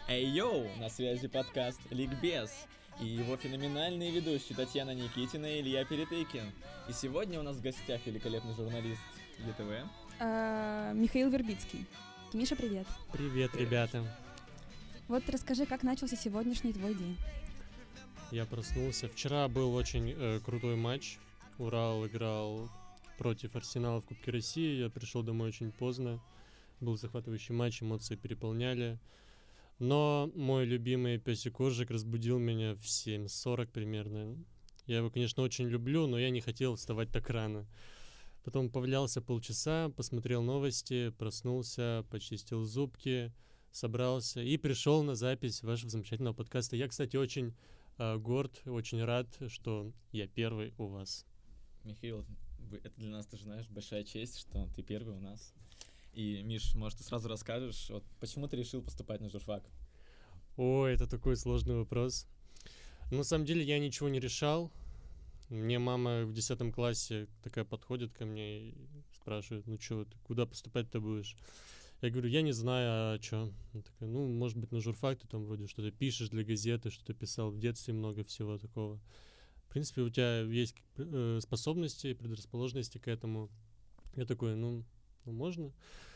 Эй, йоу! На связи подкаст «Ликбез» и его феноменальные ведущие Татьяна Никитина и Илья Перетыкин. И сегодня у нас в гостях великолепный журналист ЕТВ Михаил Вербицкий. Миша, привет. Привет, ребята. Вот расскажи, как начался сегодняшний твой день. Я проснулся. Вчера был очень крутой матч. Урал играл против Арсенала в Кубке России. Я пришел домой очень поздно. Был захватывающий матч, эмоции переполняли. Но мой любимый песик Коржик разбудил меня в 7:40 примерно. Я его, конечно, очень люблю, но я не хотел вставать так рано. Потом повалялся полчаса, посмотрел новости, проснулся, почистил зубки, собрался и пришел на запись вашего замечательного подкаста. Я, кстати, очень горд, очень рад, что я первый у вас. Михаил, это для нас, ты же знаешь, большая честь, что ты первый у нас. И, Миш, может, ты сразу расскажешь, вот почему ты решил поступать на журфак? Ой, это такой сложный вопрос. На самом деле я ничего не решал. Мне мама в 10 классе такая подходит ко мне и спрашивает, ну что, ты куда поступать-то будешь? Я говорю, я не знаю, а что? Она такая, ну, может быть, на журфак ты там вроде что-то пишешь для газеты, что-то писал в детстве, много всего такого. В принципе, у тебя есть способности, предрасположенности к этому. Я такой, ну можно.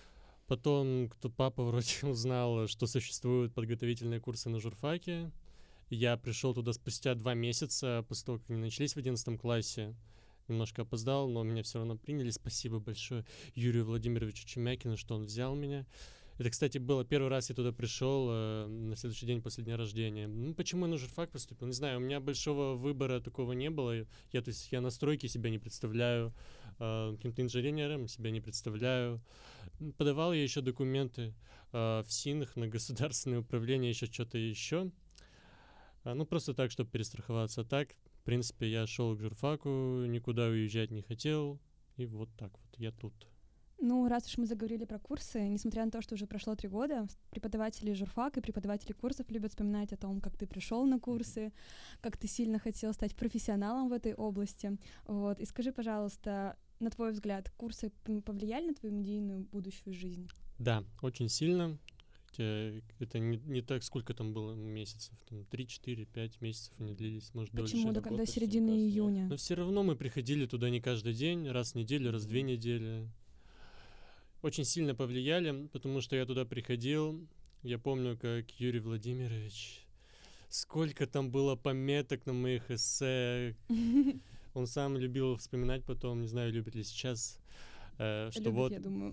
Потом папа вроде узнал, что существуют подготовительные курсы на журфаке. Я пришел туда спустя 2 месяца, после того, как они начались в 11 классе. Немножко опоздал, но меня все равно приняли. Спасибо большое Юрию Владимировичу Чемякину, что он взял меня. Это, кстати, было первый раз я туда пришел на следующий день после дня рождения. Ну, почему я на журфак поступил? Не знаю, у меня большого выбора такого не было. Я на стройке себя не представляю, каким-то инженером себя не представляю. Подавал я еще документы в СИНах на государственное управление, еще что-то еще. Ну, просто так, чтобы перестраховаться. Так, в принципе, я шел к журфаку, никуда уезжать не хотел. И вот так вот, я тут. Ну, раз уж мы заговорили про курсы, несмотря на то, что уже прошло 3 года, преподаватели журфака и преподаватели курсов любят вспоминать о том, как ты пришел на курсы, как ты сильно хотел стать профессионалом в этой области. Вот. И скажи, пожалуйста, на твой взгляд, курсы повлияли на твою медийную будущую жизнь? Да, очень сильно. Хотя это не так, сколько там было месяцев, там 3, 4, 5 месяцев они длились, может, дольше. Почему? Да когда середины июня. Но все равно мы приходили туда не каждый день, раз в неделю, раз в 2 недели. Очень сильно повлияли, потому что я туда приходил. Я помню, как Юрий Владимирович, сколько там было пометок на моих эссе. Он сам любил вспоминать потом, не знаю, любит ли сейчас, что любит, вот, я думаю.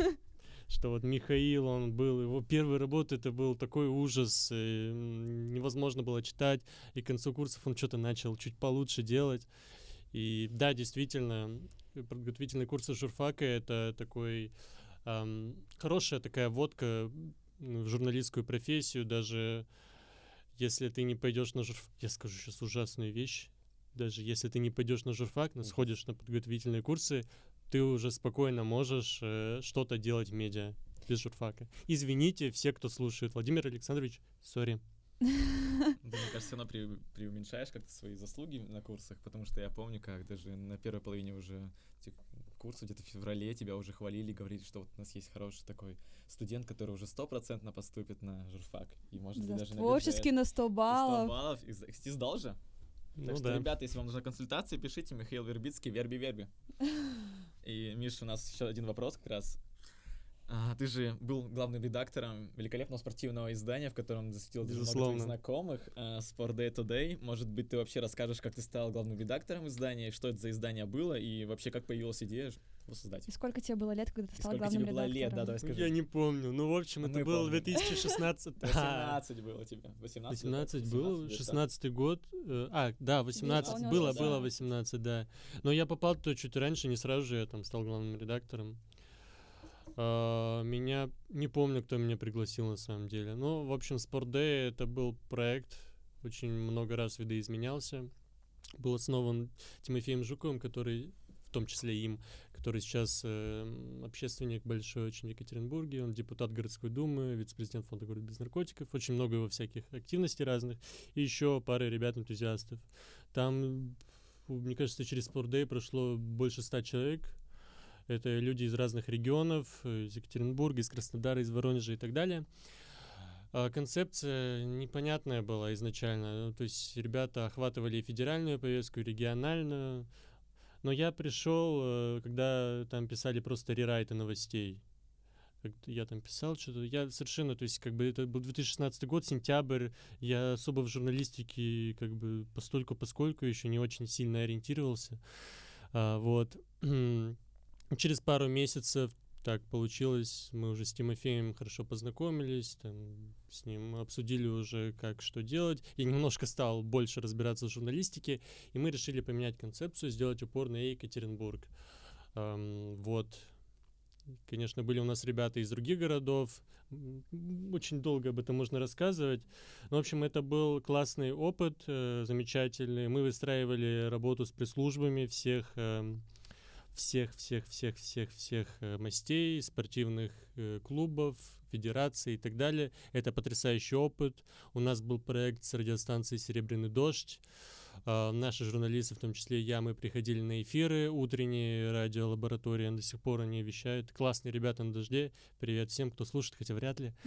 Что вот Михаил, он был, его первая работа, это был такой ужас, невозможно было читать, и к концу курсов он что-то начал чуть получше делать. И да, действительно, подготовительные курсы журфака — это такой хорошая такая вводка в журналистскую профессию. Даже если ты не пойдешь на журфак, я скажу сейчас ужасную вещь, даже если ты не пойдешь на журфак, но сходишь на подготовительные курсы, ты уже спокойно можешь что-то делать в медиа без журфака. Извините, все, кто слушает. Владимир Александрович, сори. Ты, мне кажется, все равно преуменьшаешь как-то свои заслуги на курсах, потому что я помню, как даже на первой половине уже курса, где-то в феврале, тебя уже хвалили, говорили, что вот у нас есть хороший такой студент, который уже 100% поступит на журфак. И, может быть, даже творчески на 100 баллов. 100 баллов. И сдал же? Так что, ребята, если вам нужна консультация, пишите Михаил Вербицкий, верби. И, Миша, у нас еще один вопрос как раз. Ты же был главным редактором великолепного спортивного издания, в котором засветил даже много твоих знакомых, Sport Day Today. Может быть, ты вообще расскажешь, как ты стал главным редактором издания, что это за издание было, и вообще, как появилась идея его создать? И сколько тебе было лет, когда ты стал главным редактором? Сколько тебе было лет, да, давай скажи. Я не помню, ну, в общем, это был 2016. 18 было тебе, 18 было, 16 год. Да, 18, было 18, да. Но я попал туда чуть раньше, не сразу же я там стал главным редактором. Меня, не помню, кто меня пригласил на самом деле. Ну, в общем, Sport Day — это был проект, очень много раз видоизменялся. Был основан Тимофеем Жуковым, который, в том числе им, который сейчас общественник большой очень в Екатеринбурге. Он депутат городской думы, вице-президент фонда «Город без наркотиков». Очень много его всяких активностей разных. И еще пара ребят-энтузиастов. Там, мне кажется, через Sport Day прошло больше 100 человек. Это люди из разных регионов, из Екатеринбурга, из Краснодара, из Воронежа и так далее. Концепция непонятная была изначально. То есть ребята охватывали и федеральную повестку, и региональную. Но я пришел, когда там писали просто рерайты новостей. Я там писал что-то. Я совершенно, то есть, как бы это был 2016 год, сентябрь. Я особо в журналистике, как бы, поскольку еще не очень сильно ориентировался. Вот. Через пару месяцев так получилось, мы уже с Тимофеем хорошо познакомились, там, с ним обсудили уже, как что делать. Я немножко стал больше разбираться в журналистике, и мы решили поменять концепцию, сделать упор на Екатеринбург. Вот. Конечно, были у нас ребята из других городов, очень долго об этом можно рассказывать. Но, в общем, это был классный опыт, замечательный. Мы выстраивали работу с пресс-службами всех мастей, спортивных клубов, федераций и так далее. Это потрясающий опыт. У нас был проект с радиостанцией «Серебряный дождь». Наши журналисты, в том числе я, мы приходили на эфиры утренние, радиолаборатории, до сих пор они вещают. Классные ребята на «Дожде». Привет всем, кто слушает, хотя вряд ли.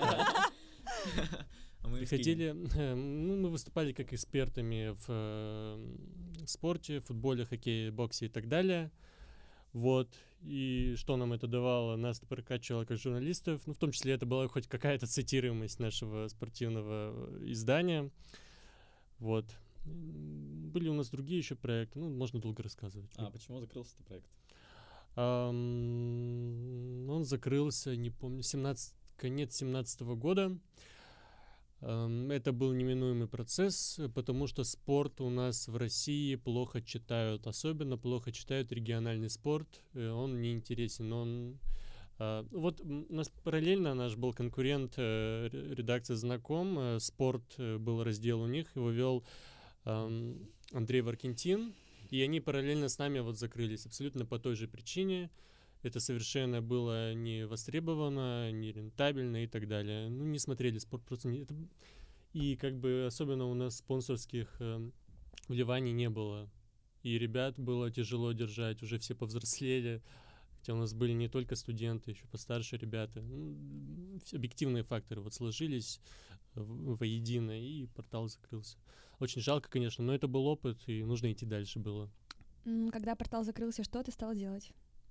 Приходили, мы выступали как экспертами в спорте, футболе, хоккее, боксе и так далее. Вот, и что нам это давало? Нас это прокачивало как журналистов, в том числе это была хоть какая-то цитируемость нашего спортивного издания. Вот. Были у нас другие еще проекты, можно долго рассказывать. Почему закрылся этот проект? Он закрылся, не помню, конец 17-го года. Это был неминуемый процесс, потому что спорт у нас в России плохо читают, особенно плохо читают региональный спорт, он неинтересен, вот у нас параллельно наш был конкурент редакции «Знаком», спорт был раздел у них, его вел Андрей Варкентин, и они параллельно с нами вот закрылись абсолютно по той же причине. Это совершенно было не востребовано, не рентабельно и так далее. Не смотрели спорт просто не... И как бы особенно у нас спонсорских вливаний не было. И ребят было тяжело держать, уже все повзрослели. Хотя у нас были не только студенты, еще постарше ребята. Объективные факторы вот сложились воедино, и портал закрылся. Очень жалко, конечно, но это был опыт, и нужно идти дальше было. Когда портал закрылся, что ты стал делать?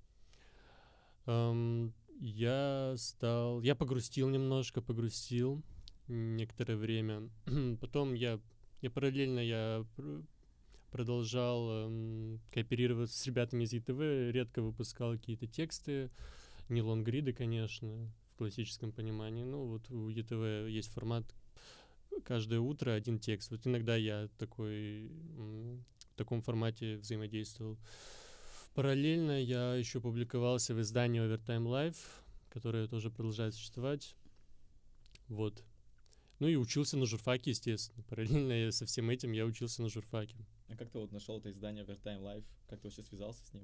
Я погрустил немножко, некоторое время. Потом я параллельно продолжал кооперироваться с ребятами из ЕТВ, редко выпускал какие-то тексты, не лонгриды, конечно, в классическом понимании. Вот у ЕТВ есть формат каждое утро один текст. Вот иногда я в таком формате взаимодействовал. Параллельно я еще публиковался в издании Overtime Live, которое тоже продолжает существовать. Вот. И учился на журфаке, естественно. Параллельно со всем этим я учился на журфаке. А как ты вот нашел это издание Overtime Live? Как ты вообще связался с ним?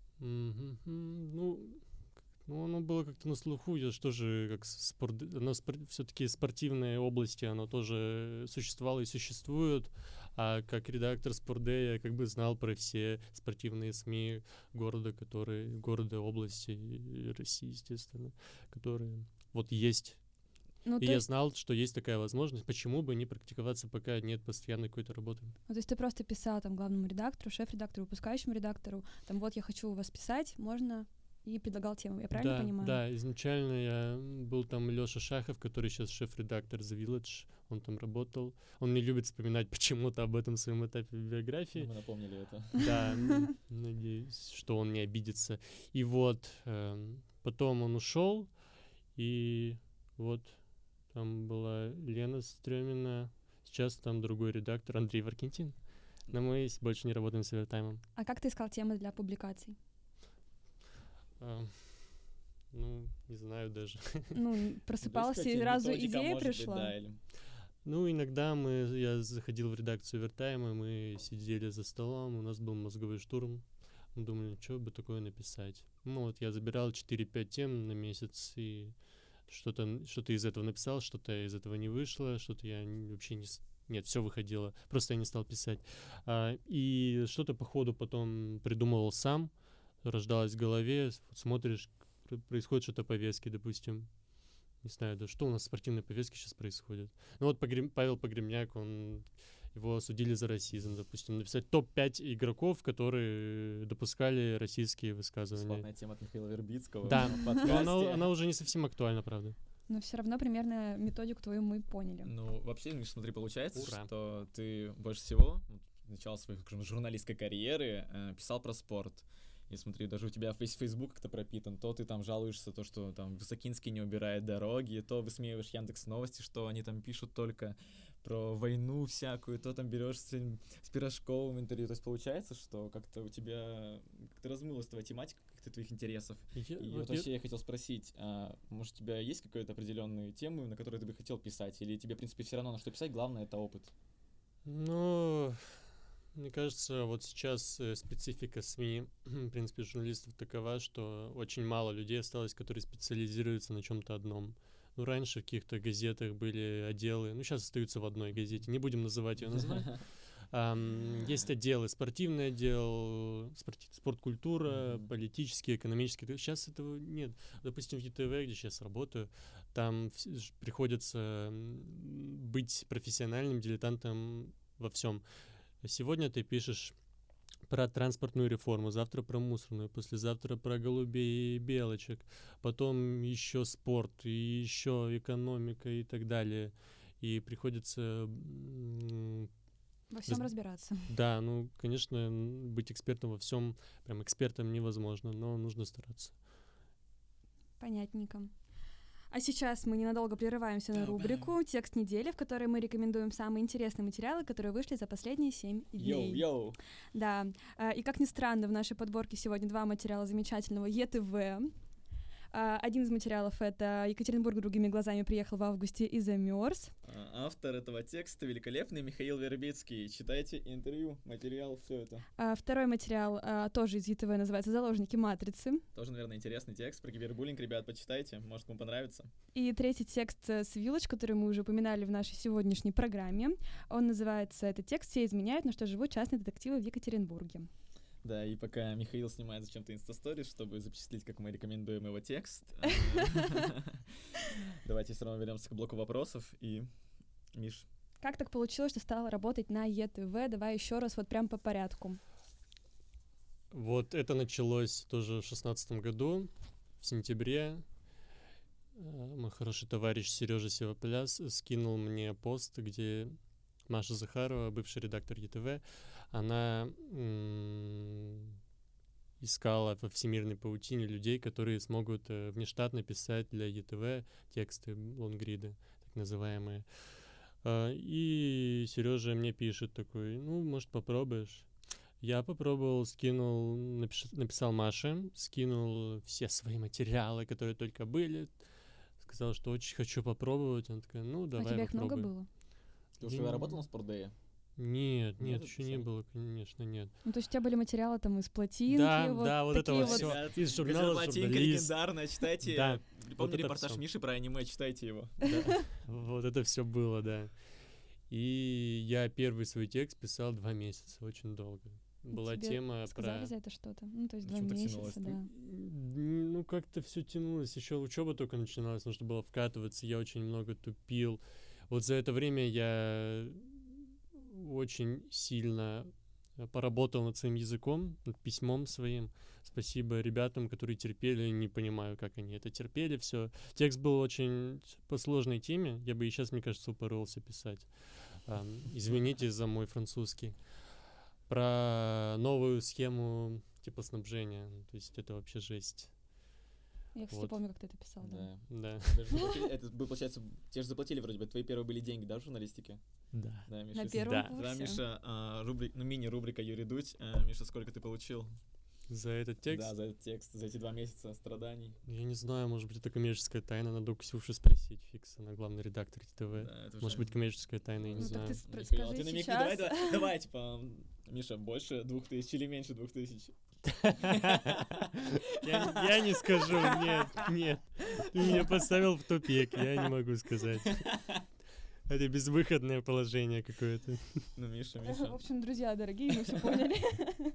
Оно было как-то на слуху, я же тоже как все-таки спортивные области, оно тоже существовало и существует. А как редактор «Спортдея» я как бы знал про все спортивные СМИ города, области России, естественно, которые вот есть. Я знал, что есть такая возможность, почему бы не практиковаться, пока нет постоянной какой-то работы. То есть ты просто писал там главному редактору, шеф-редактору, выпускающему редактору, там вот я хочу у вас писать, можно... И предлагал тему, я правильно понимаю? Да, изначально я был там Лёша Шахов, который сейчас шеф-редактор The Village, он там работал. Он не любит вспоминать почему-то об этом в своем этапе биографии. Мы напомнили это. Да, надеюсь, что он не обидится. И вот, потом он ушел, и вот там была Лена Стрёмина, сейчас там другой редактор, Андрей Варкентин. Но мы больше не работаем с овертаймом. А как ты искал темы для публикаций? Не знаю даже. Просыпался и сразу идея пришла? Иногда я заходил в редакцию Овертайма, мы сидели за столом, у нас был мозговой штурм. Мы думали, что бы такое написать. Я забирал 4-5 тем на месяц, и что-то из этого написал, что-то из этого не вышло, что-то я вообще не... Нет, все выходило, просто я не стал писать. И что-то по ходу потом придумывал сам, рождалось в голове, смотришь, происходит что-то по повестке, допустим. не знаю, да что у нас в спортивной повестке сейчас происходит. Ну вот Павел Погребняк, его осудили за расизм, допустим, написать топ-5 игроков, которые допускали российские высказывания. Бесплатная тема от Михаила Вербицкого. Да, но она уже не совсем актуальна, правда. Но все равно примерно методику твою мы поняли. Ну, вообще, Миш, смотри, получается, Ура. что ты больше всего, начало своей журналистской карьеры, писал про спорт. И смотри, даже у тебя весь Facebook как-то пропитан, то ты там жалуешься, то, что там Высокинский не убирает дороги, то высмеиваешь Яндекс.Новости, что они там пишут только про войну всякую, то там берешь с Пирожковым интервью. То есть получается, что как-то у тебя как-то размылась твоя тематика, как-то твоих интересов. И вот вообще я хотел спросить, может, у тебя есть какая-то определенная тема, на которой ты бы хотел писать? Или тебе, в принципе, все равно на что писать, главное — это опыт? Ну, мне кажется, вот сейчас специфика СМИ, в принципе, журналистов такова, что очень мало людей осталось, которые специализируются на чем-то одном. Ну, раньше в каких-то газетах были отделы, ну, сейчас остаются в одной газете, не будем называть ее название. Есть отделы, спортивный отдел, спорткультура, политический, экономический. Сейчас этого нет. Допустим, в ЕТВ, где сейчас работаю, там приходится быть профессиональным дилетантом во всем. Сегодня ты пишешь про транспортную реформу, завтра про мусорную, послезавтра про голубей и белочек, потом еще спорт, и еще экономика и так далее. И приходится... Во всем разбираться. Да, ну, конечно, быть экспертом во всем, прям экспертом невозможно, но нужно стараться. Понятненько. А сейчас мы ненадолго прерываемся на рубрику «Текст недели», в которой мы рекомендуем самые интересные материалы, которые вышли за последние 7 дней. Йоу! Да, и как ни странно, в нашей подборке сегодня 2 материала замечательного ЕТВ. Один из материалов — это «Екатеринбург другими глазами приехал в августе и замерз». Автор этого текста великолепный Михаил Вербицкий. Читайте интервью, материал, все это. Второй материал тоже из ЕТВ, называется «Заложники матрицы». Тоже, наверное, интересный текст про кибербуллинг. Ребят, почитайте, может, вам понравится. И третий текст с Вилоч, который мы уже упоминали в нашей сегодняшней программе. Он называется, этот текст «Все изменяют, но что живут частные детективы в Екатеринбурге». Да, и пока Михаил снимает зачем-то инстасторис, чтобы запечатлеть, как мы рекомендуем его текст, давайте все равно вернемся к блоку вопросов. И, Миш. Как так получилось, что стала работать на ЕТВ? Давай еще раз вот прям по порядку. Вот это началось тоже в 2016 году, в сентябре. Мой хороший товарищ Сережа Севопляс скинул мне пост, где Маша Захарова, бывший редактор ЕТВ, она искала во всемирной паутине людей, которые смогут внештатно писать для ЕТВ тексты, лонгриды, так называемые. И Сережа мне пишет такой, ну, может, попробуешь? Я попробовал, написал Маше, скинул все свои материалы, которые только были, сказал, что очень хочу попробовать. Она такая, ну, давай попробуем. А тебя их много было? Ты уже работал на Спортдее? Нет, еще не было, конечно, нет. Ну, то есть у тебя были материалы там из плотинки? Да, вот это вот все. Из журнала «Плотинка» легендарная, читайте. Да. Помню репортаж Миши про аниме, читайте его. Вот это все было, да. И я первый свой текст писал 2 месяца, очень долго. Была тема сказали про... за это что-то? Ну, то есть 2 месяца, да. Ну, как-то все тянулось. Еще учеба только начиналась, нужно было вкатываться. Я очень много тупил. Вот за это время я очень сильно поработал над своим языком, над письмом своим. Спасибо ребятам, которые терпели. Не понимаю, как они это терпели. Все. Текст был очень по сложной теме. Я бы и сейчас, мне кажется, упоролся писать. Извините за мой французский. Про новую схему типа снабжения. То есть это вообще жесть. Я, кстати, помню, как ты это писал, да. Да. Это, получается, тебе же заплатили вроде бы, твои первые были деньги, да, в журналистике? Да. Миша, на первом курсе. Да, Миша, мини-рубрика «Юрий Дудь». Миша, сколько ты получил? За этот текст? Да, за этот текст, за эти 2 месяца страданий. Я не знаю, может быть, это коммерческая тайна, надо у Ксюши спросить, фикс, она главный редактор ТВ. Да, может быть, коммерческая тайна, я не знаю. Так ты скажи сейчас. Давай, типа, Миша, больше 2000 или меньше 2000? Я не скажу, нет. Ты меня поставил в тупик, я не могу сказать. Это безвыходное положение какое-то. Ну, Миша. В общем, друзья дорогие, мы все поняли.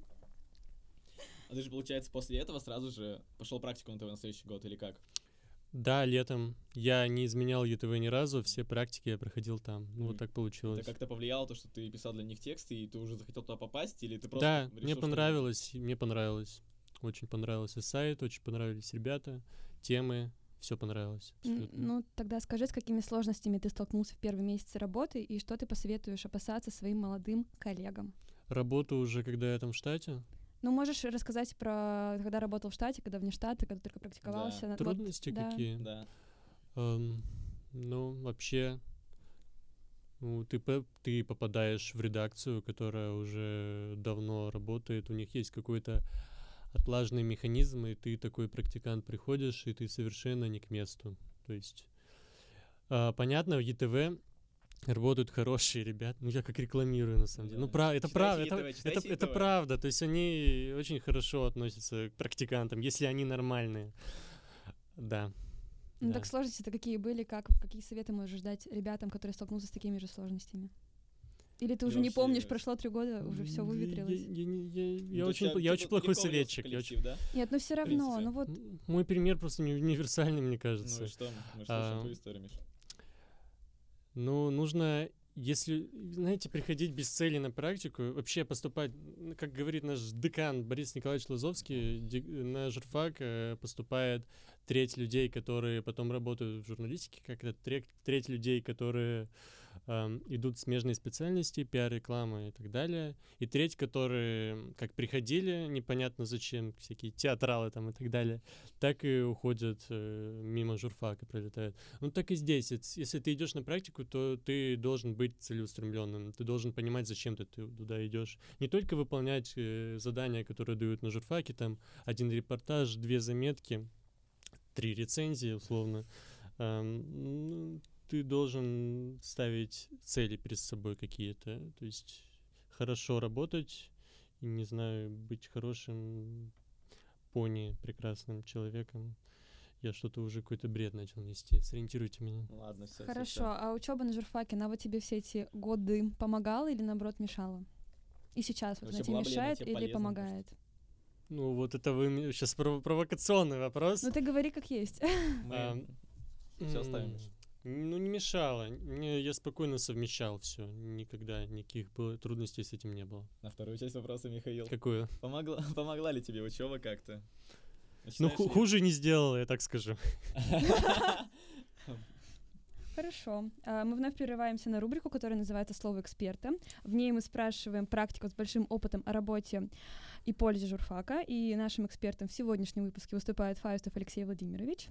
А ты же, получается, после этого сразу же пошел практику на ТВ на следующий год, или как? Да, летом. Я не изменял ЕТВ ни разу, все практики я проходил там. Ну, вот так Это получилось. как-то повлияло то, что ты писал для них тексты, и ты уже захотел туда попасть, или ты просто Да, решил, мне что- понравилось. Очень понравился сайт, очень понравились ребята, темы, все понравилось. Абсолютно. Ну, тогда скажи, с какими сложностями ты столкнулся в первые месяцы работы, и что ты посоветуешь опасаться своим молодым коллегам? Работу уже, когда я там в штате. Ну, можешь рассказать про, когда работал в штате, когда вне штата, когда только практиковался. Да. Вот, Трудности да. какие? Да. Ну, вообще, ну, ты попадаешь в редакцию, которая уже давно работает, у них есть какой-то отлаженный механизм, и ты такой практикант приходишь, и ты совершенно не к месту. То есть, понятно, в ЕТВ работают хорошие ребята. Ну, я как рекламирую, на самом деле. Да. Ну, это Читайте правда, ЕТВ, читайте это ЕТВ. правда. То есть они очень хорошо относятся к практикантам, если они нормальные. Да. Ну, да. так сложности-то какие были, какие советы можешь дать ребятам, которые столкнутся с такими же сложностями? Или ты И уже не вообще- помнишь, прошло 3 года, уже все выветрилось? Я очень плохой советчик. Да? Нет, ну все равно, принципе. ну вот, Мой пример просто не универсальный, мне Ну кажется. и что? Мы А, слушаем твою историю, Миш. Ну, нужно, если, знаете, приходить без цели на практику, вообще поступать, как говорит наш декан Борис Николаевич Лозовский, на журфак поступает треть людей, которые потом работают в журналистике, как это треть людей, которые идут в смежные специальности, пиар, реклама и так далее, и треть, которые как приходили, непонятно зачем, всякие театралы там и так далее, так и уходят мимо журфака, пролетают. Ну так и здесь, если ты идешь на практику, то ты должен быть целеустремленным, ты должен понимать, зачем ты туда идешь. Не только выполнять задания, которые дают на журфаке, там 1 репортаж, 2 заметки, 3 рецензии, условно. Ты должен ставить цели перед собой какие-то, то есть хорошо работать и, не знаю, быть хорошим пони, прекрасным человеком. Я что-то уже какой-то бред начал нести. Сориентируйте меня. Ладно, все. хорошо. А учеба на журфаке, она вот тебе все эти годы помогала или, наоборот, мешала? И сейчас вот Вообще, она тебе была бы ли она мешает тебе или полезна, помогает? Ну вот это вы сейчас провокационный вопрос. Ну ты говори как есть. Мы все оставим, Миш. Ну, не мешало. Я спокойно совмещал все. Никогда никаких трудностей с этим не было. На вторую часть вопроса, Михаил. Какую? Помогла ли тебе учеба как-то? Ну, Начинаешь ли- хуже не сделала, я так скажу. Хорошо. Мы вновь прерываемся на рубрику, которая называется «Слово эксперта». В ней мы спрашиваем практиков с большим опытом о работе и пользе журфака. И нашим экспертом в сегодняшнем выпуске выступает Фаустов Алексей Владимирович.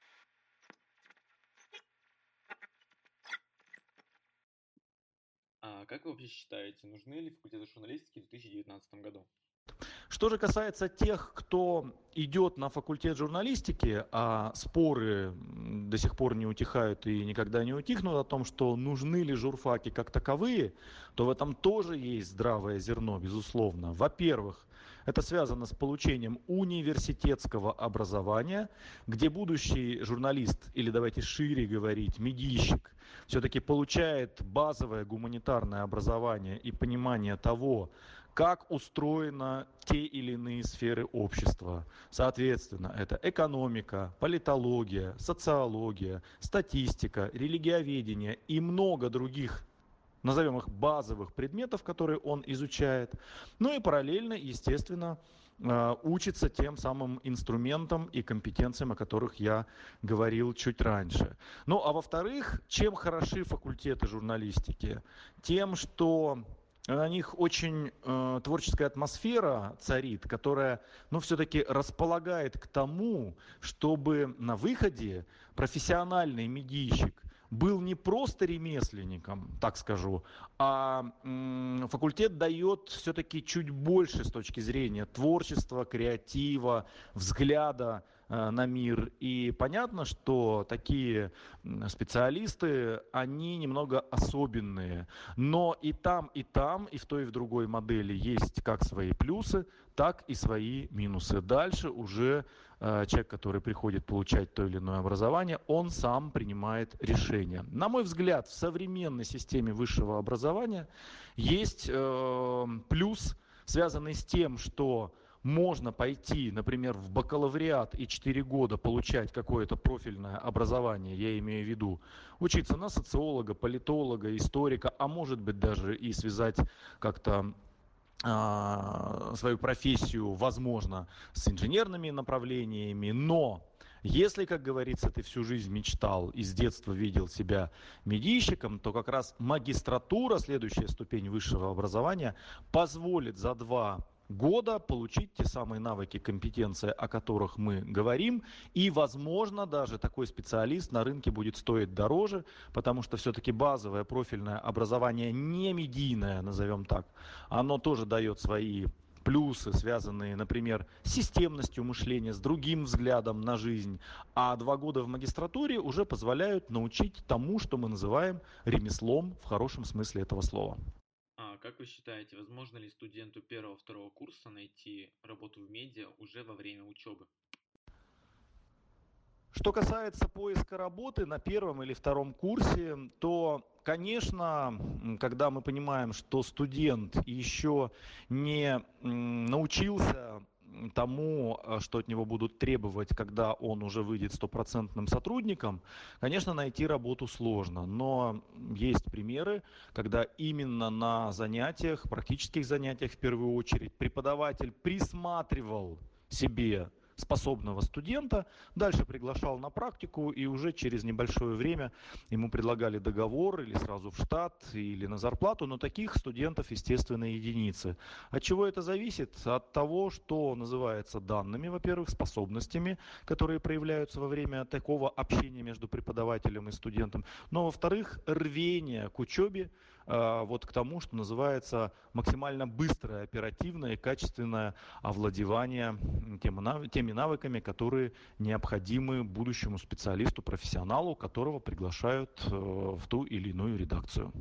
А как вы вообще считаете, нужны ли факультеты журналистики в 2019 году? Что же касается тех, кто идет на факультет журналистики, а споры до сих пор не утихают и никогда не утихнут о том, что нужны ли журфаки как таковые, то в этом тоже есть здравое зерно, безусловно. Во-первых, это связано с получением университетского образования, где будущий журналист, или давайте шире говорить, медийщик, все-таки получает базовое гуманитарное образование и понимание того, как устроены те или иные сферы общества. Соответственно, это экономика, политология, социология, статистика, религиоведение и много других, назовем их базовых предметов, которые он изучает. Ну и параллельно, естественно, учится тем самым инструментам и компетенциям, о которых я говорил чуть раньше. Ну а во-вторых, чем хороши факультеты журналистики? Тем, что на них очень творческая атмосфера царит, которая, все-таки располагает к тому, чтобы на выходе профессиональный медийщик был не просто ремесленником, так скажу, а факультет дает все-таки чуть больше с точки зрения творчества, креатива, взгляда на мир. И понятно, что такие специалисты, они немного особенные. Но и там, и в той, и в другой модели есть как свои плюсы, так и свои минусы. Дальше уже человек, который приходит получать то или иное образование, он сам принимает решение. На мой взгляд, в современной системе высшего образования есть плюс, связанный с тем, что можно пойти, например, в бакалавриат и 4 года получать какое-то профильное образование, я имею в виду, учиться на социолога, политолога, историка, а может быть даже и связать как-то свою профессию, возможно, с инженерными направлениями, но если, как говорится, ты всю жизнь мечтал и с детства видел себя медийщиком, то как раз магистратура, следующая ступень высшего образования, позволит за 2 года получить те самые навыки, компетенции, о которых мы говорим, и, возможно, даже такой специалист на рынке будет стоить дороже, потому что все-таки базовое профильное образование, не медийное, назовем так, оно тоже дает свои плюсы, связанные, например, с системностью мышления, с другим взглядом на жизнь. А 2 года в магистратуре уже позволяют научить тому, что мы называем ремеслом в хорошем смысле этого слова. А как вы считаете, возможно ли студенту первого-второго курса найти работу в медиа уже во время учебы? Что касается поиска работы на первом или втором курсе, то, конечно, когда мы понимаем, что студент еще не научился тому, что от него будут требовать, когда он уже выйдет стопроцентным сотрудником, конечно, найти работу сложно. Но есть примеры, когда именно на занятиях, практических занятиях в первую очередь, преподаватель присматривал себе способного студента, дальше приглашал на практику, и уже через небольшое время ему предлагали договор или сразу в штат, или на зарплату, но таких студентов, естественно, единицы. От чего это зависит? От того, что называется данными, во-первых, способностями, которые проявляются во время такого общения между преподавателем и студентом, но, во-вторых, рвение к учебе, вот к тому, что называется максимально быстрое, оперативное и качественное овладевание теми навыками, которые необходимы будущему специалисту, профессионалу, которого приглашают в ту или иную редакцию.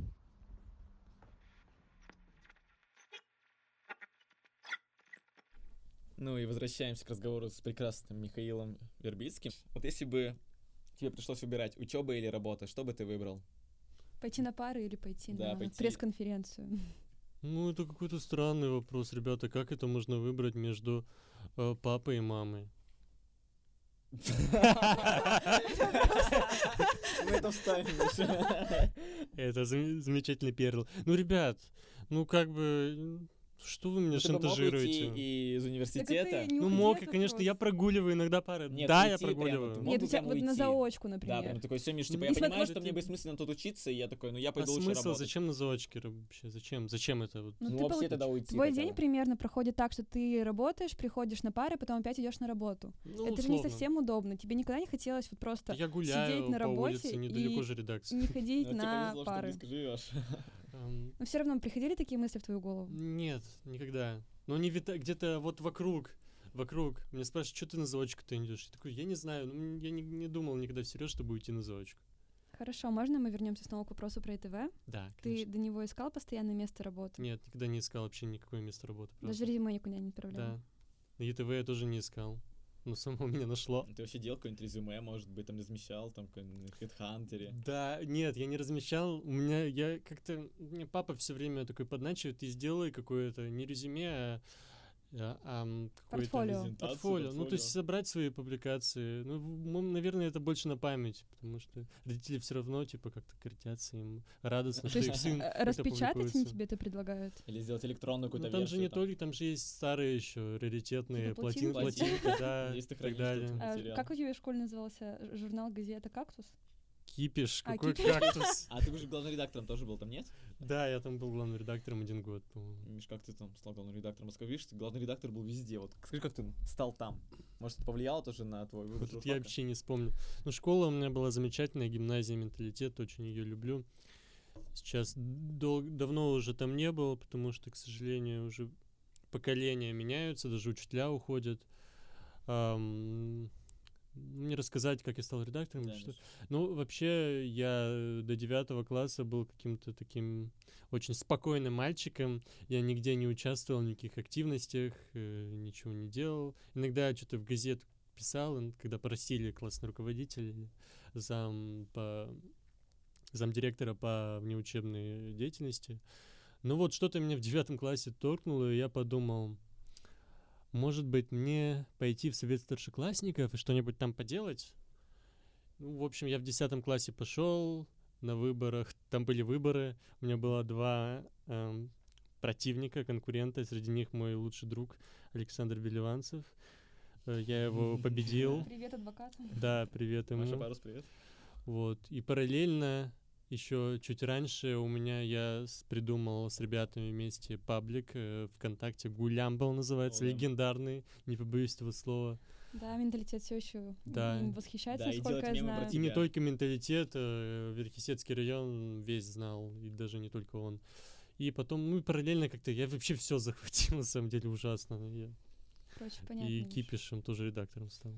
Ну и возвращаемся к разговору с прекрасным Михаилом Вербицким. Вот если бы тебе пришлось выбирать учеба или работа, что бы ты выбрал? Пойти на пары или пойти Да, на пойти. пресс-конференцию? Ну, это какой-то странный вопрос, ребята. Как это можно выбрать между папой и мамой? Мы это вставим еще. Это замечательный перл. Ну, ребят, ну как бы... Что вы меня Ты бы мог шантажируете? уйти из Так университета. это не Ну, уходи мог, от и, конечно, вопроса. я прогуливаю иногда пары. Нет, Да, я уйти прямо, прогуливаю. ты мог Нет, бы у тебя прям вот на уйти. заочку, Да, например. прям такой, все, Миш, типа, Ну, я несмотря- понимаю, вот что мне бессмысленно тут учиться, и я такой, ну я А пойду лучше смысл? работать. Зачем на заочке вообще? Зачем? Зачем это? Вот? Ну, Ну, ты вообще полу- тогда уйти Твой хотя день бы. примерно проходит так, что ты работаешь, приходишь на пары, потом опять идешь на работу. Ну, Это же не условно. совсем удобно. Тебе никогда не хотелось вот просто Я гуляю сидеть на по работе улице, недалеко и же редакция. не ходить Ну, тебе на повезло, что пары. близко живешь. Но все равно приходили такие мысли в твою голову? Нет, никогда. Но они где-то вот вокруг. Меня спрашивают, что ты на заочку-то идешь? Я такой, я не знаю, ну, я не думал никогда всерьез, чтобы уйти на заочку. Хорошо, можно мы вернемся снова к вопросу про ИТВ? Да, Ты конечно. до него искал постоянное место работы? Нет, никогда не искал вообще никакое место работы. Даже правда. резюме никуда не отправлял? Да. На ЕТВ я тоже не искал. Но само меня нашло. Ты вообще делал какое-нибудь резюме, может быть, там размещал, там, на HeadHunter. Да, нет, я не размещал. Мне папа все время такой подначивает, ты сделай какое-то не резюме, какое-то Портфолио. портфолио. Ну, то есть собрать свои публикации. Ну, наверное, это больше на память, потому что родители все равно, типа, как-то крутятся, им радостно, То что их есть сын как-то распечатать они публикуется. тебе это предлагают? Или сделать электронную Ну, какую-то там же версию. не только, там же есть старые еще раритетные Типа плотинки? плотинки, да, Есть и ты так хранишь далее. тут. Материал. Как у тебя в школе назывался журнал, газета «Кактус»? Кипиш, А, какой кипиш. кактус. А ты уже главным редактором тоже был там, нет? Да, я там был главным редактором 1 год, по-моему. Миш, как ты там стал главным редактором Москвы? Видишь, ты главный редактор был везде. Вот скажи, как ты стал там? Может, это повлияло тоже на твой выбор Вот это я журфака? вообще не вспомню. Ну, школа у меня была замечательная, гимназия «Менталитет», очень ее люблю. Сейчас давно уже там не было, потому что, к сожалению, уже поколения меняются, даже учителя уходят. Мне рассказать, как я стал редактором? Да, или что? Миш. Ну, вообще, я до 9 класса был каким-то таким очень спокойным мальчиком. Я нигде не участвовал в никаких активностях, ничего не делал. Иногда что-то в газету писал, когда просили классный руководитель или замдиректора по внеучебной деятельности. Ну вот, что-то меня в 9 классе торкнуло, и я подумал, Может быть, мне пойти в совет старшеклассников и что-нибудь там поделать? Ну, в общем, я в 10 классе пошел на выборах. Там были выборы. У меня было 2 противника, конкурента. Среди них мой лучший друг Александр Беливанцев. Я его победил. Привет, адвокат. Да, привет ему. Маша Парус, привет. Вот. И параллельно еще чуть раньше я придумал с ребятами вместе паблик ВКонтакте. Гулямбл называется, легендарный, не побоюсь этого слова. Да, менталитет все еще Да. восхищается, Да, и насколько делать я мемы про знаю. И не тебя. только менталитет, Верхесецкий район весь знал, и даже не только он. И потом, ну, параллельно как-то я вообще все захватил, на самом деле, ужасно. Короче, понятно. И Миш. кипишем тоже редактором стал.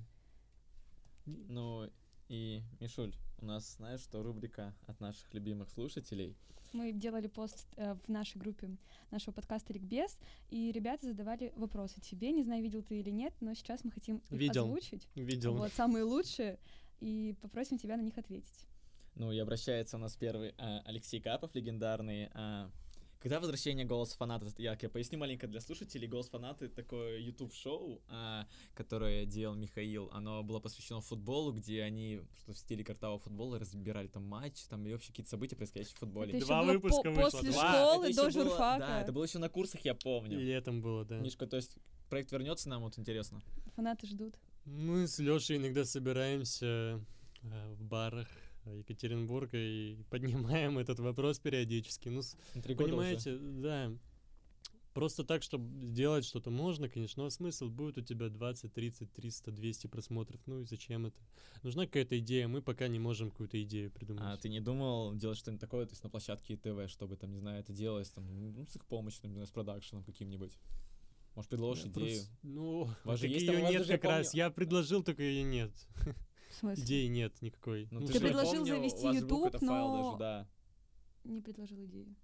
Ну, и, Мишуль, у нас, знаешь, что рубрика от наших любимых слушателей. Мы делали пост в нашей группе нашего подкаста «Ликбез», и ребята задавали вопросы тебе. Не знаю, видел ты или нет, но сейчас мы хотим их Видел. озвучить. Видел. Вот, самые лучшие, и попросим тебя на них ответить. Ну, и обращается у нас первый Алексей Капов, легендарный. Когда возвращение «Голос фаната»? Я поясню маленько для слушателей. «Голос фаната» — это такое YouTube-шоу, которое делал Михаил. Оно было посвящено футболу, где они что в стиле картавого футбола разбирали там матч, там и вообще какие-то события, происходящие в футболе. Это ещё 2 было выпуска вышло, после 2. школы Это до ещё было- журфака. Да, это было еще на курсах, я помню. Летом было, да. Мишка, то есть проект вернется нам, вот интересно. Фанаты ждут. Мы с Лёшей иногда собираемся в барах Екатеринбурга и поднимаем этот вопрос периодически. Ну, 3 года понимаете, да. Просто так, чтобы сделать что-то можно, конечно, но смысл будет у тебя 20, 30, 300, 200 просмотров. Ну и зачем это? Нужна какая-то идея, мы пока не можем какую-то идею придумать. А ты не думал делать что-нибудь такое, то есть на площадке ИТВ, чтобы там, не знаю, это делалось, там, ну, с их помощью, там, не знаю, с продакшеном каким-нибудь? Может, предложишь Я идею? просто- Ну, У вас же так есть её там, у вас нет даже, я как раз. помню- Я предложил, только ее нет. В смысле? Идеи нет никакой. Ну, Ну, ты Ты же, я предложил помню, завести у вас же был YouTube, какой-то файл но- даже, да. Не предложил идею.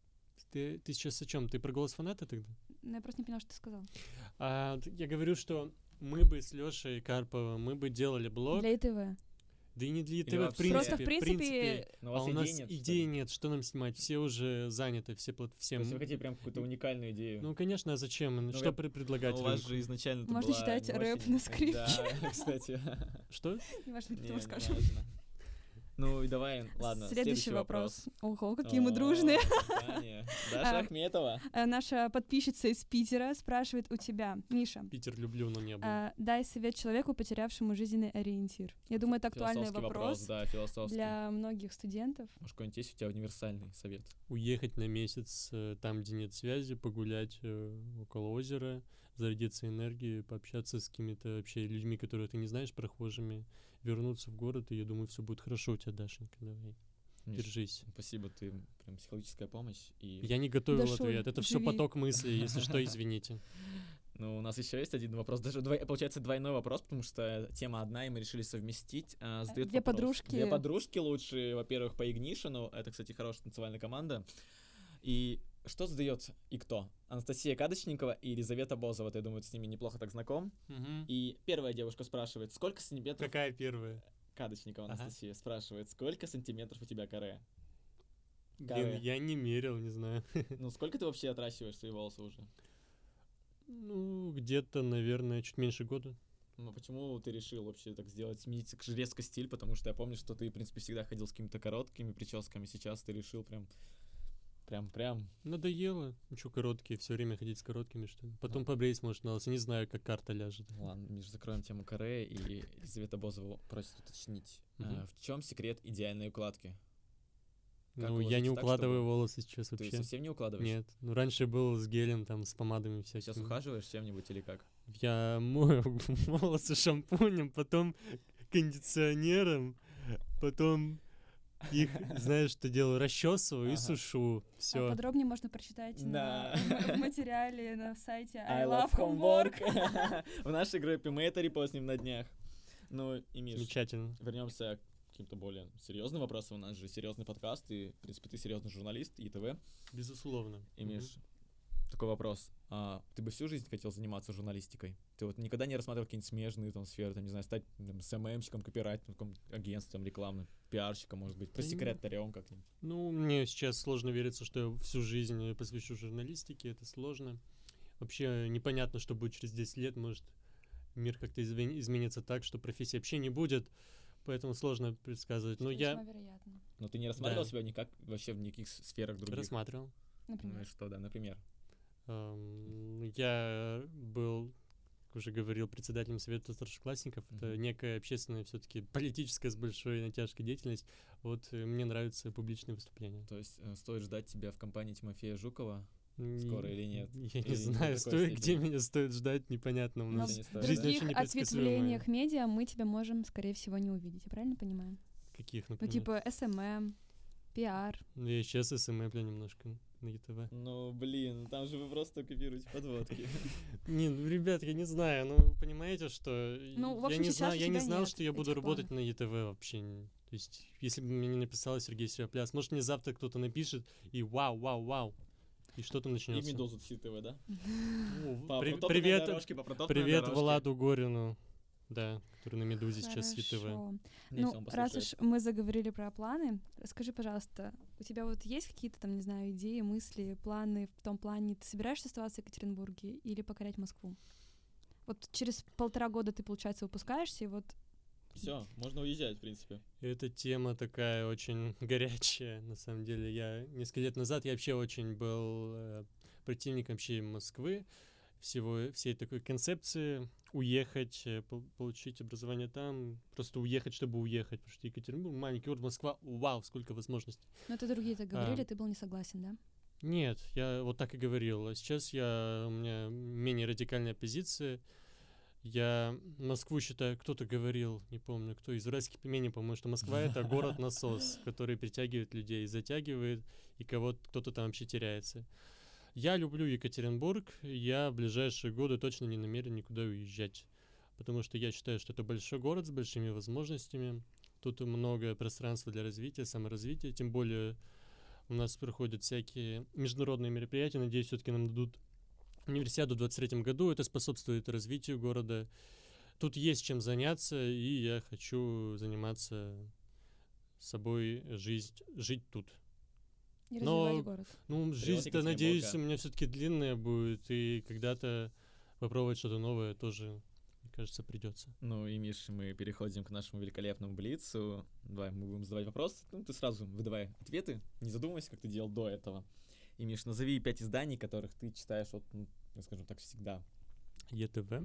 ты сейчас о чем? Ты про голос фаната тогда? Ну, я просто не поняла, что ты сказал. Я говорю, что мы бы с Лешей Карповым, мы бы делали блог, Для ИТВ. да и не для Или ТВ, в вообще. принципе. Просто, в принципе, Но у А вас у нас идей нет, что идей ли? нет, что нам снимать, все уже заняты, все То всем. есть вы хотите прям какую-то уникальную идею? Ну, конечно, а зачем? Ну, Что я- предлагать? Ну, у вас рынку? же изначально это Можно была читать не рэп очень- на скрипке. Да, кстати. Что? не важно, Не, кто не скажем. важно. Ну и давай, ладно, Следующий вопрос. Ого, какие О, мы дружные. Таня. Даша А, Ахметова. Наша подписчица из Питера спрашивает у тебя, Миша, Питер люблю, но не был. дай совет человеку, потерявшему жизненный ориентир. Я думаю, это актуальный Философский вопрос Да, философский. для многих студентов. Может, какой-нибудь есть у тебя универсальный совет? Уехать на месяц там, где нет связи, погулять около озера, зарядиться энергией, пообщаться с какими-то вообще людьми, которые ты не знаешь, прохожими, вернуться в город, и я думаю, все будет хорошо у тебя, Дашенька, давай, Миш, держись. Спасибо, ты прям психологическая помощь. И... Я не готовил Да шо, ответ, это все живи. поток мыслей, если что, извините. Ну, у нас еще есть один вопрос, даже получается двойной вопрос, потому что тема одна, и мы решили совместить. Задают Две вопрос. подружки. Две подружки лучше, во-первых, по Игнишину, это, кстати, хорошая танцевальная команда. И что задает и кто? Анастасия Кадочникова и Елизавета Бозова, я думаю, ты с ними неплохо так знаком. И первая девушка спрашивает, сколько сантиметров... Какая первая? Кадочникова Ага. Анастасия спрашивает, сколько сантиметров у тебя каре? Блин, я не мерил, не знаю. Ну, сколько ты вообще отращиваешь свои волосы уже? Ну, где-то, наверное, чуть меньше года. Ну, почему ты решил вообще так сделать, сменить резко стиль? Потому что я помню, что ты, в принципе, всегда ходил с какими-то короткими прическами, сейчас ты решил прям. Надоело. Ну что, короткие, все время ходить с короткими, что ли. Потом побрить, может, на лысо. Не знаю, как карта ляжет. Ладно, Миш, закроем тему каре, и Елизавета Бозова просит уточнить, Мгм. в чем секрет идеальной укладки? Как Ну, я уложить не так, укладываю чтобы- волосы сейчас Ты вообще. совсем не укладываешь? Нет. Ну, раньше был с гелем, там, с помадами всякими. Сейчас ухаживаешь чем-нибудь или как? Я мою волосы шампунем, потом кондиционером, потом их, знаешь, что делаю? Расчесываю и Ага. сушу. Все. Подробнее можно прочитать Да. в материале на сайте I love homework. В нашей группе мы это репостнем на днях. Ну и, Миш, Замечательно. вернемся к каким-то более серьезным вопросам. У нас же серьезный подкаст, и, в принципе, ты серьезный журналист, ИТВ. Безусловно. И, Миш, такой вопрос. Ты бы всю жизнь хотел заниматься журналистикой? Ты вот никогда не рассматривал какие-нибудь смежные там сферы, там, не знаю, стать СММщиком, копирайтером, агентством рекламным, пиарщиком, может быть, пресс-секретарем как-нибудь? Ну, мне сейчас сложно вериться, что я всю жизнь посвящу журналистике, это сложно. вообще непонятно, что будет через 10 лет, может мир как-то изменится так, что профессии вообще не будет, поэтому сложно предсказывать. Но Весьма вероятно. Но ты не рассматривал Да. себя никак вообще в никаких сферах других? рассматривал. Ну Например. и что, да, например? Я был, как уже говорил, председателем совета старшеклассников. Это некая общественная, все-таки политическая с большой натяжкой деятельность. Вот мне нравятся публичные выступления. То есть стоит ждать тебя в компании Тимофея Жукова скоро или нет? Я Или не не знаю, до такой где степени? меня стоит ждать, непонятно. У Но нас не в стоит жизнь ждать. очень других непредсказуемая. ответвлениях медиа мы тебя можем, скорее всего, не увидеть. Я правильно понимаю? Каких, Ну, например? типа СММ, пиар. Ну, я сейчас СМЭплю немножко на ЕТВ. Ну, блин, там же вы просто копируете подводки. Не, ну, ребят, я не знаю, ну, понимаете, что Ну, в я общем, не сейчас знал, у я не тебя знал, нет что я буду этих работать планов. на ЕТВ вообще. То есть, если бы мне не написал Сергей Серапляс, может, мне завтра кто-то напишет, и вау, и что-то И начнется. Медузу ТВ, да? Ну, По протоптанной привет, дорожке, по протоптанной привет дорожке. Владу Горину, да, который на Медузе сейчас с ЕТВ. Хорошо. Надеюсь, Ну, он раз послушает. уж мы заговорили про планы, скажи, пожалуйста, у тебя вот есть какие-то там, не знаю, идеи, мысли, планы в том плане, ты собираешься оставаться в Екатеринбурге или покорять Москву? Вот через 1,5 года ты, получается, выпускаешься, и вот Все, можно уезжать, в принципе. Эта тема такая очень горячая, на самом деле. Я несколько лет назад, я вообще очень был противником вообще Москвы, всей такой концепции уехать, получить образование там, просто уехать, чтобы уехать, потому что Екатеринбург, маленький город, Москва, вау, сколько возможностей. ну это другие так говорили, ты был не согласен, да? Нет, я вот так и говорил. А сейчас у меня менее радикальная позиция. Я Москву считаю, кто-то говорил, не помню, кто из уральских пельменей, по-моему, что Москва — это город-насос, который притягивает людей, затягивает, и кто-то там вообще теряется. Я люблю Екатеринбург, я в ближайшие годы точно не намерен никуда уезжать, потому что я считаю, что это большой город с большими возможностями, тут много пространства для развития, саморазвития, тем более у нас проходят всякие международные мероприятия, надеюсь, все-таки нам дадут универсиаду в 2023 году, это способствует развитию города. Тут есть чем заняться, и я хочу заниматься собой, жить тут. И Но, развивать город. Ну, жизнь-то, надеюсь, у меня все-таки длинная будет, и когда-то попробовать что-то новое тоже, мне кажется, придется. Ну и, Миш, мы переходим к нашему великолепному блицу. Давай, мы будем задавать вопросы. Ну, ты сразу выдавай ответы, не задумывайся, как ты делал до этого. И, Миш, назови 5 изданий, которых ты читаешь, вот, ну, скажем так, всегда. ЕТВ.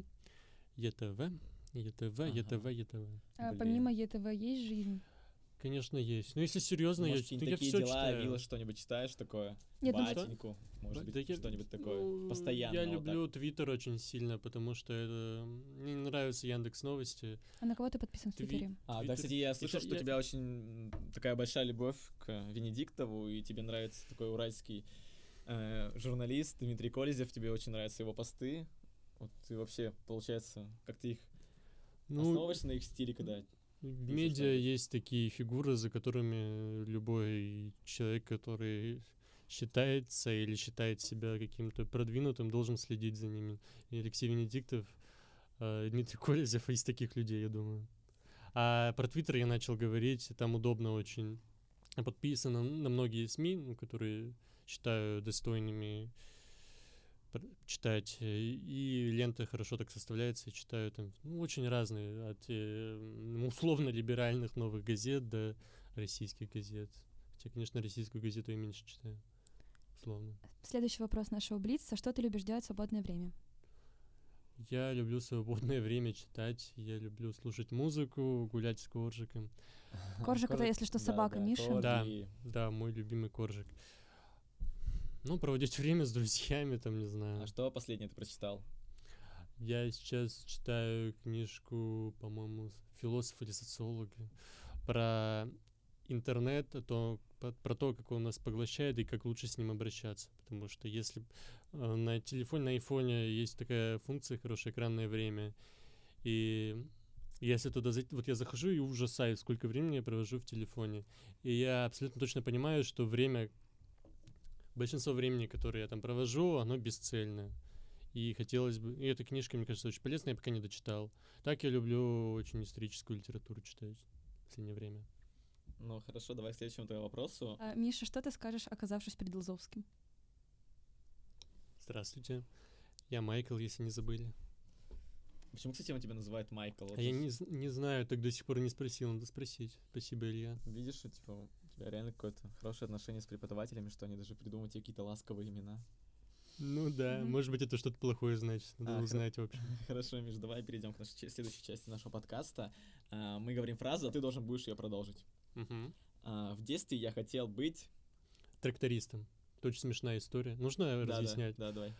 А помимо ЕТВ есть жизнь? Конечно, есть. Но если серьезно, Может, я такие все дела, читаю. Вилла, что-нибудь читаешь такое? Нет, ну, Батеньку, может быть, Да что-нибудь такое ну, постоянно. Я вот так. люблю Твиттер очень сильно, потому что мне не нравится Яндекс Новости. А на кого ты подписан в Твиттере? Да, Твиттер. кстати, я слышал, Это что у тебя очень такая большая любовь к Венедиктову, и тебе нравится такой уральский журналист Дмитрий Колезев, тебе очень нравятся его посты. Вот ты вообще, получается, как ты их основываешься на их стиле, когда В пишешь медиа что-нибудь? есть такие фигуры, за которыми любой человек, который считается или считает себя каким-то продвинутым, должен следить за ними. И Алексей Венедиктов, Дмитрий Колезев из таких людей, я думаю. А про Твиттер я начал говорить, там удобно очень. Я подписан на многие СМИ, которые считаю достойными читать, и лента хорошо так составляется, и читаю там очень разные, от условно-либеральных новых газет до российских газет. Хотя, конечно, российскую газету я меньше читаю, условно. Следующий вопрос нашего блица. Что ты любишь делать в свободное время? Я люблю свободное время читать, я люблю слушать музыку, гулять с коржиком. Коржик — это, если что, собака Миши. Да, мой любимый коржик. Ну, проводить время с друзьями, там, не знаю. А что последнее ты прочитал? Я сейчас читаю книжку, по-моему, философа или социолога про интернет, про то, как он нас поглощает и как лучше с ним обращаться. Потому что если на телефоне, на айфоне есть такая функция, хорошее экранное время, и если туда зайти, вот я захожу и ужасаюсь, сколько времени я провожу в телефоне. И я абсолютно точно понимаю, что большинство времени, которое я там провожу, оно бесцельное. И хотелось бы... И эта книжка, мне кажется, очень полезная, я пока не дочитал. Так я люблю очень историческую литературу читать в последнее время. Ну, хорошо, давай к следующему твоему вопросу. Миша, что ты скажешь, оказавшись перед Лазовским? Здравствуйте. Я Майкл, если не забыли. Почему, кстати, он тебя называет Майкл? Вот А я тут не знаю, так до сих пор не спросил, надо спросить. Спасибо, Илья. видишь, что типа, у тебя реально какое-то хорошее отношение с преподавателями, что они даже придумают тебе какие-то ласковые имена. Ну да, Мгм. может быть, это что-то плохое значит. Надо А, узнать, в общем. Хорошо, Миш, давай перейдем к нашей следующей части нашего подкаста. Мы говорим фразу, а ты должен будешь ее продолжить. Мгм. В детстве я хотел быть... Трактористом. Это очень смешная история. Нужно разъяснять? Да, давай.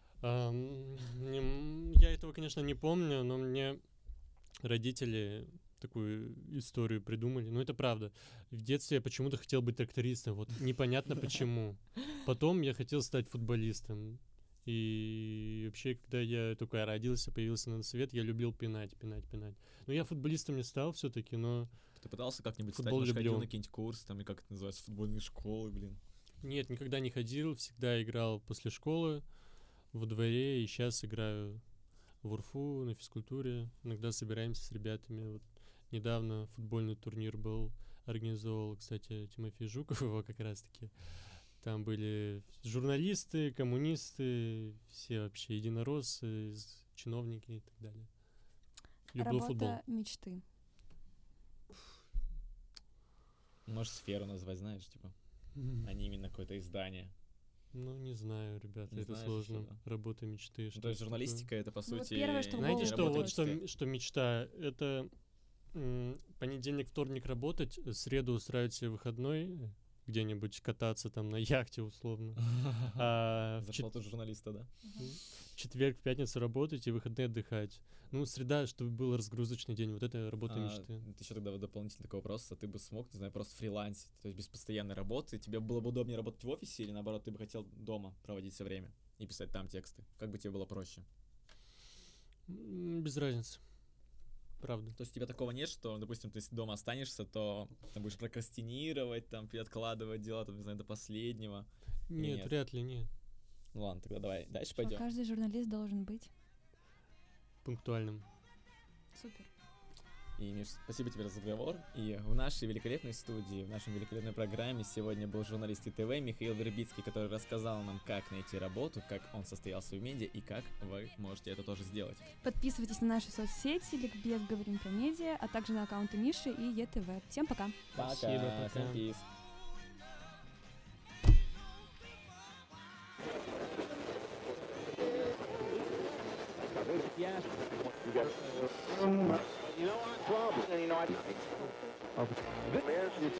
Я этого, конечно, не помню, но мне родители такую историю придумали. Ну, это правда. В детстве я почему-то хотел быть трактористом. Вот непонятно почему. Потом я хотел стать футболистом. И вообще, когда я только родился, появился на свет, я любил пинать. Но я футболистом не стал все-таки, но Ты пытался как-нибудь стать, Футбол может, ходил люблю. на какие-нибудь курсы, там, и как это называется, футбольные школы, блин. нет, никогда не ходил, всегда играл после школы во дворе, и сейчас играю в УРФУ, на физкультуре. Иногда собираемся с ребятами. Вот недавно футбольный турнир был, организовал, кстати, Тимофей Жуков его как раз-таки. Там были журналисты, коммунисты, все вообще единороссы, чиновники и так далее. Люблю Работа футбол. мечты. Можешь сферу назвать, знаешь, типа, а не именно какое-то издание. Ну, не знаю, ребята, Не это знаешь, сложно. что, да? Работа мечты. Ну, что то есть это журналистика это, по Ну, вот сути... первое, что в Знаете, голову что работа вот что, мечты. что мечта? Это понедельник, вторник работать, среду устраивать себе выходной, где-нибудь кататься там на яхте условно. А в Зарплату журналиста, да? четверг, в пятницу работать и выходные отдыхать. Ну, среда, чтобы был разгрузочный день. Вот это работа мечты. Еще тогда вот дополнительный такой вопрос, а ты бы смог, не знаю, просто фрилансить, то есть без постоянной работы, тебе было бы удобнее работать в офисе или наоборот, ты бы хотел дома проводить все время и писать там тексты? Как бы тебе было проще? Без разницы. Правда. То есть у тебя такого нет, что, допустим, ты если дома останешься, то ты будешь прокрастинировать, там, откладывать дела, там, не знаю, до последнего. Нет, нет? вряд ли, нет. Ну ладно, тогда давай дальше Что пойдем. каждый журналист должен быть. Пунктуальным. Супер. И, Миш, спасибо тебе за разговор. И в нашей великолепной студии, в нашей великолепной программе сегодня был журналист ИТВ Михаил Вербицкий, который рассказал нам, как найти работу, как он состоялся в медиа и как вы можете это тоже сделать. Подписывайтесь на наши соцсети, Ликбез говорим про медиа, а также на аккаунты Миши и ЕТВ. Всем пока. Спасибо, пока. Всем peace. Yes. You know what? Problem. You know, I